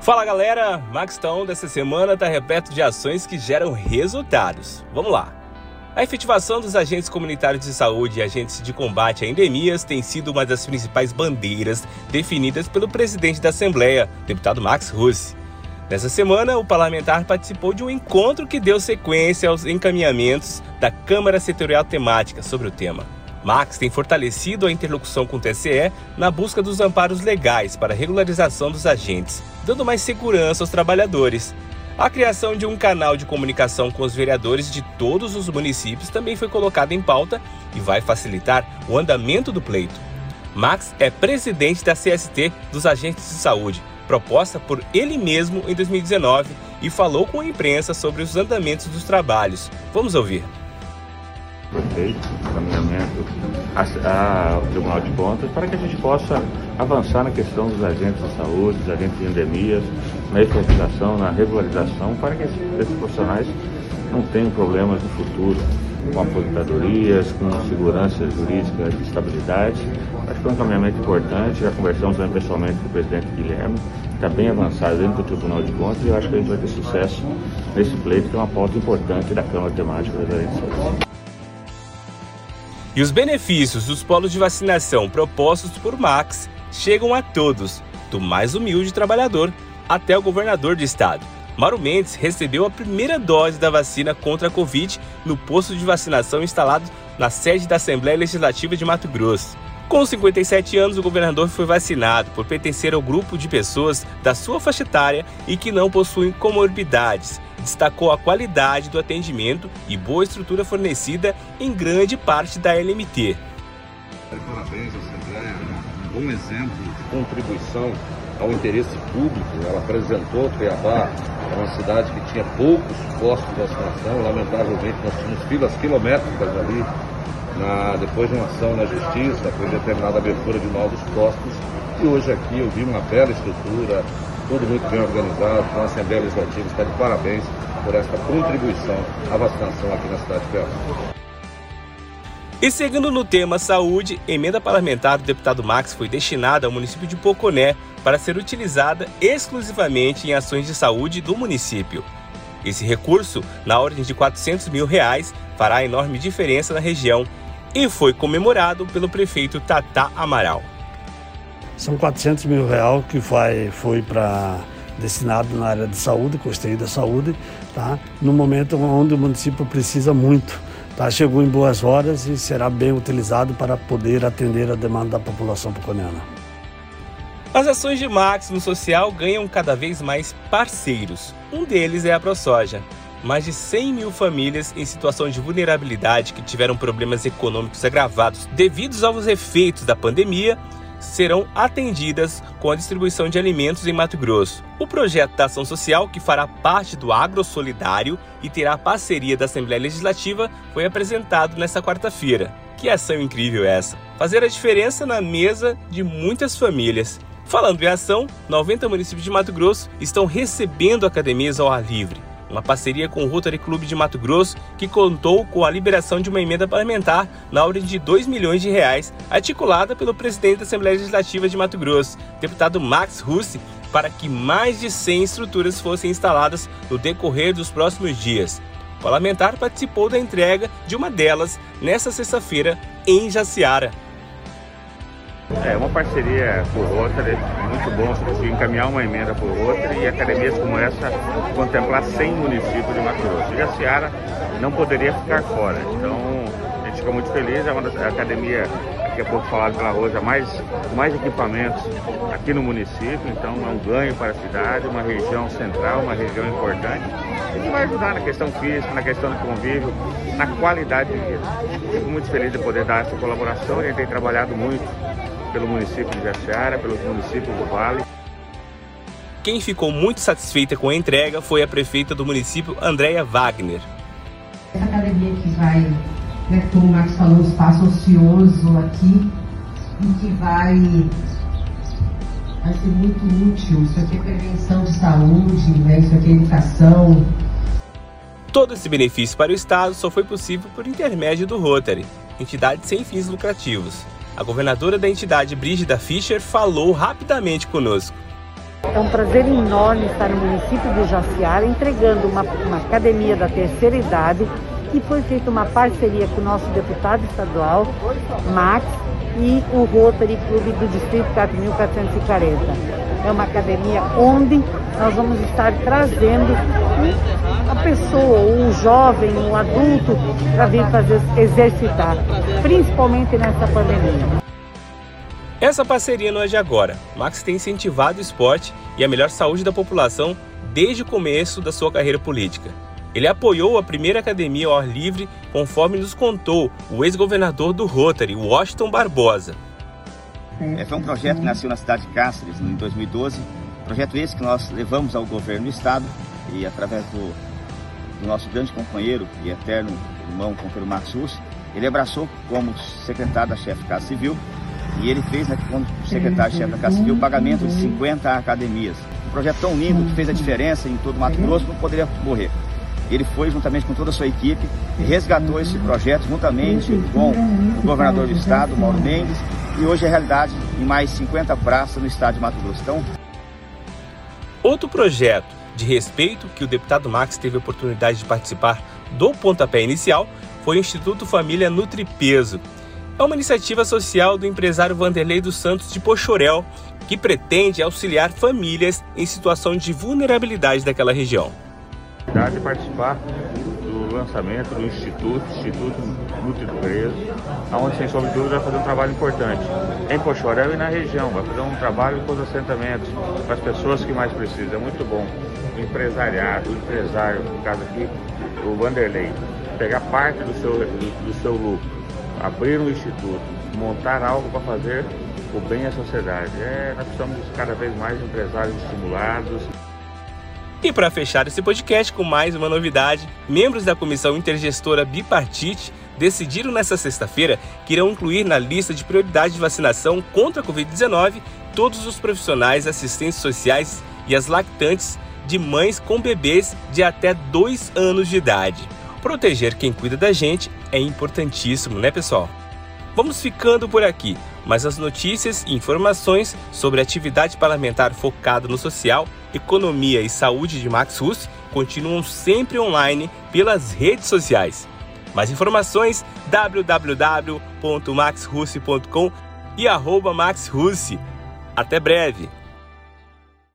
Fala galera, Max Taon dessa semana está repleto de ações que geram resultados. Vamos lá! A efetivação dos agentes comunitários de saúde e agentes de combate a endemias tem sido uma das principais bandeiras definidas pelo presidente da Assembleia, deputado Max Russi. Nessa semana, o parlamentar participou de um encontro que deu sequência aos encaminhamentos da Câmara Setorial Temática sobre o tema. Max tem fortalecido a interlocução com o TSE na busca dos amparos legais para a regularização dos agentes, dando mais segurança aos trabalhadores. A criação de um canal de comunicação com os vereadores de todos os municípios também foi colocada em pauta e vai facilitar o andamento do pleito. Max é presidente da CST dos Agentes de Saúde, proposta por ele mesmo em 2019, e falou com a imprensa sobre os andamentos dos trabalhos. Vamos ouvir. Feito encaminhamento ao Tribunal de Contas para que a gente possa avançar na questão dos agentes de saúde, dos agentes de endemias, na efetivação, na regularização, para que esses profissionais não tenham problemas no futuro com aposentadorias, com segurança jurídica de estabilidade. Acho que é um encaminhamento importante, já conversamos também pessoalmente com o presidente Guilherme, está bem avançado dentro do Tribunal de Contas, e eu acho que a gente vai ter sucesso nesse pleito, que é uma pauta importante da Câmara Temática dos Agentes de Saúde. E os benefícios dos polos de vacinação propostos por Max chegam a todos, do mais humilde trabalhador até o governador do estado. Mauro Mendes recebeu a primeira dose da vacina contra a Covid no posto de vacinação instalado na sede da Assembleia Legislativa de Mato Grosso. Com 57 anos, o governador foi vacinado por pertencer ao grupo de pessoas da sua faixa etária e que não possuem comorbidades. Destacou a qualidade do atendimento e boa estrutura fornecida em grande parte da LMT. Parabéns à Assembleia, um bom exemplo de contribuição ao interesse público. Ela apresentou Cuiabá, é uma cidade que tinha poucos postos de vacinação. Lamentavelmente, nós tínhamos filas quilométricas ali. Depois de uma ação na Justiça, foi determinada a abertura de novos postos. E hoje aqui eu vi uma bela estrutura, tudo muito bem organizado. Então a Assembleia Legislativa está de parabéns por esta contribuição à vacinação aqui na cidade de Cuiabá. E seguindo no tema saúde, emenda parlamentar do deputado Max foi destinada ao município de Poconé para ser utilizada exclusivamente em ações de saúde do município. Esse recurso, na ordem de R$400 mil, fará enorme diferença na região e foi comemorado pelo prefeito Tatá Amaral. São R$400 mil que foi destinado na área de saúde, custeio da saúde, tá? No momento onde o município precisa muito. Tá? Chegou em boas horas e será bem utilizado para poder atender a demanda da população poconena. As ações de Max no social ganham cada vez mais parceiros. Um deles é a ProSoja. Mais de 100 mil famílias em situação de vulnerabilidade que tiveram problemas econômicos agravados devido aos efeitos da pandemia serão atendidas com a distribuição de alimentos em Mato Grosso. O projeto da ação social, que fará parte do Agro Solidário e terá a parceria da Assembleia Legislativa, foi apresentado nesta quarta-feira. Que ação incrível essa! Fazer a diferença na mesa de muitas famílias. Falando em ação, 90 municípios de Mato Grosso estão recebendo academias ao ar livre. Uma parceria com o Rotary Clube de Mato Grosso, que contou com a liberação de uma emenda parlamentar na ordem de R$2 milhões, articulada pelo presidente da Assembleia Legislativa de Mato Grosso, deputado Max Russi, para que mais de 100 estruturas fossem instaladas no decorrer dos próximos dias. O parlamentar participou da entrega de uma delas nesta sexta-feira em Jaciara. É uma parceria por Rotary, muito bom se conseguir encaminhar uma emenda por Rotary e academias como essa contemplar 100 municípios de Mato Grosso. E a Jaciara não poderia ficar fora, então a gente fica muito feliz. É uma das academias, daqui a pouco falado pela Rosa, mais equipamentos aqui no município, então é um ganho para a cidade, uma região central, uma região importante, e que vai ajudar na questão física, na questão do convívio, na qualidade de vida. Fico muito feliz de poder dar essa colaboração. A gente tem trabalhado muito pelo município de Jaciara, pelos municípios do Vale. Quem ficou muito satisfeita com a entrega foi a prefeita do município, Andréia Wagner. Essa academia que vai, como o Max falou, um espaço ocioso aqui e que vai ser muito útil. Isso aqui é prevenção de saúde, né? Isso aqui é educação. Todo esse benefício para o Estado só foi possível por intermédio do Rotary, entidade sem fins lucrativos. A governadora da entidade, Brígida Fischer, falou rapidamente conosco. É um prazer enorme estar no município de Jaciara entregando uma academia da terceira idade que foi feita uma parceria com o nosso deputado estadual, Max, e o Rotary Clube do Distrito 4.440. É uma academia onde nós vamos estar trazendo a pessoa, o jovem, o adulto, para vir fazer exercitar, principalmente nessa pandemia. Essa parceria não é de agora. Max tem incentivado o esporte e a melhor saúde da população desde o começo da sua carreira política. Ele apoiou a primeira academia ao ar livre, conforme nos contou o ex-governador do Rotary, Washington Barbosa. Foi um projeto que nasceu na cidade de Cáceres em 2012, projeto esse que nós levamos ao governo do estado e através do nosso grande companheiro e eterno irmão, companheiro Max Russi, ele abraçou como secretário da chefe da Casa Civil e ele fez, como secretário-chefe da Casa Civil, o pagamento de 50 academias. Um projeto tão lindo que fez a diferença em todo o Mato Grosso, não poderia morrer. Ele foi, juntamente com toda a sua equipe, e resgatou esse projeto juntamente com o governador do estado, Mauro Mendes, e hoje é realidade em mais 50 praças no estado de Mato Grosso. Então, outro projeto de respeito que o deputado Max teve a oportunidade de participar do pontapé inicial foi o Instituto Família Nutripeso. É uma iniciativa social do empresário Vanderlei dos Santos de Pochorel, que pretende auxiliar famílias em situação de vulnerabilidade daquela região. De participar do lançamento do Instituto Nutripeso, onde, sem sombra de dúvida, vai fazer um trabalho importante em Pochorel e na região. Vai fazer um trabalho com os assentamentos, para as pessoas que mais precisam. É muito bom o empresariado, o empresário, no caso aqui, o Vanderlei, pegar parte do seu lucro, abrir um instituto, montar algo para fazer o bem à sociedade. Nós precisamos cada vez mais de empresários estimulados. E para fechar esse podcast com mais uma novidade, membros da Comissão Intergestora Bipartite decidiram nesta sexta-feira que irão incluir na lista de prioridade de vacinação contra a Covid-19 todos os profissionais, assistentes sociais e as lactantes de mães com bebês de até 2 anos de idade. Proteger quem cuida da gente é importantíssimo, né, pessoal? Vamos ficando por aqui, mas as notícias e informações sobre a atividade parlamentar focada no social, economia e saúde de Max Russi continuam sempre online pelas redes sociais. Mais informações www.maxrussi.com e @maxrussi. Até breve!